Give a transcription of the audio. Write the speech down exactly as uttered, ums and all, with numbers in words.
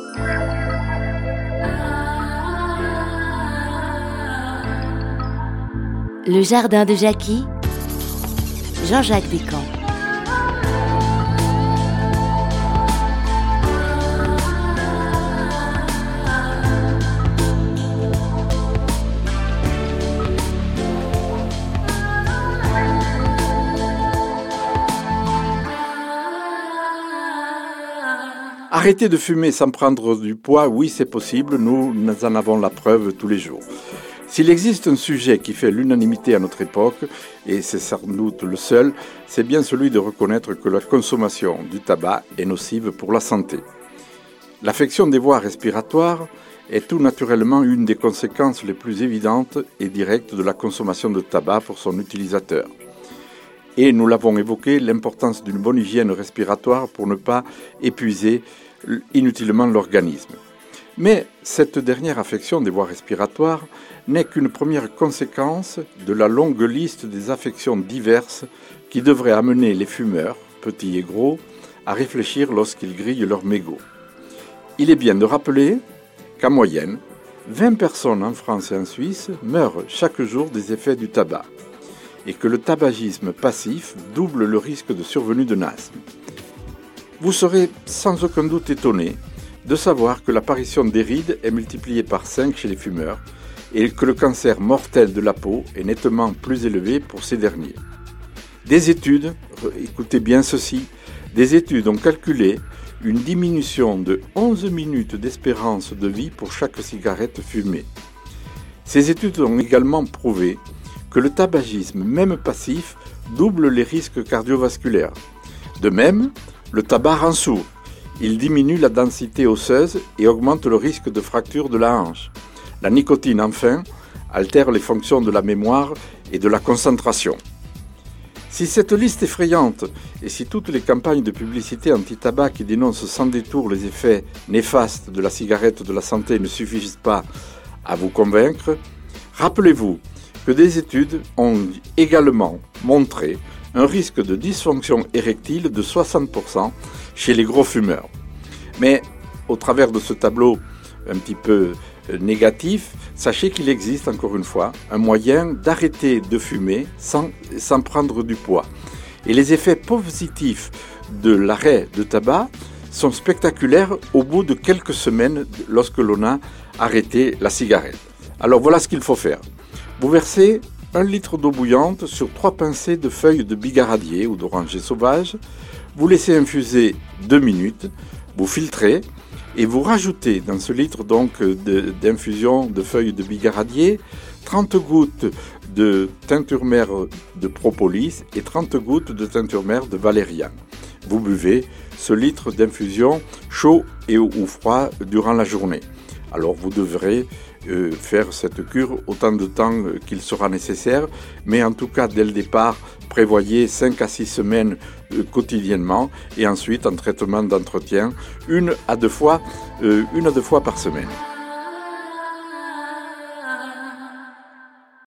Le jardin de Jackie, Jean-Jacques Descamps. Arrêter de fumer sans prendre du poids, oui c'est possible, nous, nous en avons la preuve tous les jours. S'il existe un sujet qui fait l'unanimité à notre époque, et c'est sans doute le seul, c'est bien celui de reconnaître que la consommation du tabac est nocive pour la santé. L'affection des voies respiratoires est tout naturellement une des conséquences les plus évidentes et directes de la consommation de tabac pour son utilisateur. Et nous l'avons évoqué, l'importance d'une bonne hygiène respiratoire pour ne pas épuiser inutilement l'organisme. Mais cette dernière affection des voies respiratoires n'est qu'une première conséquence de la longue liste des affections diverses qui devraient amener les fumeurs, petits et gros, à réfléchir lorsqu'ils grillent leur mégot. Il est bien de rappeler qu'en moyenne, vingt personnes en France et en Suisse meurent chaque jour des effets du tabac et que le tabagisme passif double le risque de survenue d'un asthme. Vous serez sans aucun doute étonné de savoir que l'apparition des rides est multipliée par cinq chez les fumeurs et que le cancer mortel de la peau est nettement plus élevé pour ces derniers. Des études, écoutez bien ceci, des études ont calculé une diminution de onze minutes d'espérance de vie pour chaque cigarette fumée. Ces études ont également prouvé que le tabagisme, même passif, double les risques cardiovasculaires. De même, le tabac rend sourd. Il diminue la densité osseuse et augmente le risque de fracture de la hanche. La nicotine, enfin, altère les fonctions de la mémoire et de la concentration. Si cette liste effrayante et si toutes les campagnes de publicité anti-tabac qui dénoncent sans détour les effets néfastes de la cigarette de la santé ne suffisent pas à vous convaincre, rappelez-vous que des études ont également montré un risque de dysfonction érectile de soixante pour cent chez les gros fumeurs. Mais au travers de ce tableau un petit peu négatif, sachez qu'il existe encore une fois un moyen d'arrêter de fumer sans, sans prendre du poids. Et les effets positifs de l'arrêt de tabac sont spectaculaires au bout de quelques semaines lorsque l'on a arrêté la cigarette. Alors voilà ce qu'il faut faire. Vous versez un litre d'eau bouillante sur trois pincées de feuilles de bigaradier ou d'oranger sauvage. Vous laissez infuser deux minutes, vous filtrez et vous rajoutez dans ce litre donc de, d'infusion de feuilles de bigaradier trente gouttes de teinture mère de propolis et trente gouttes de teinture mère de valériane. Vous buvez ce litre d'infusion chaud et ou froid durant la journée. Alors vous devrez euh, faire cette cure autant de temps qu'il sera nécessaire, mais en tout cas dès le départ, prévoyez cinq à six semaines euh, quotidiennement et ensuite un traitement d'entretien une à deux fois, euh, une à deux fois par semaine.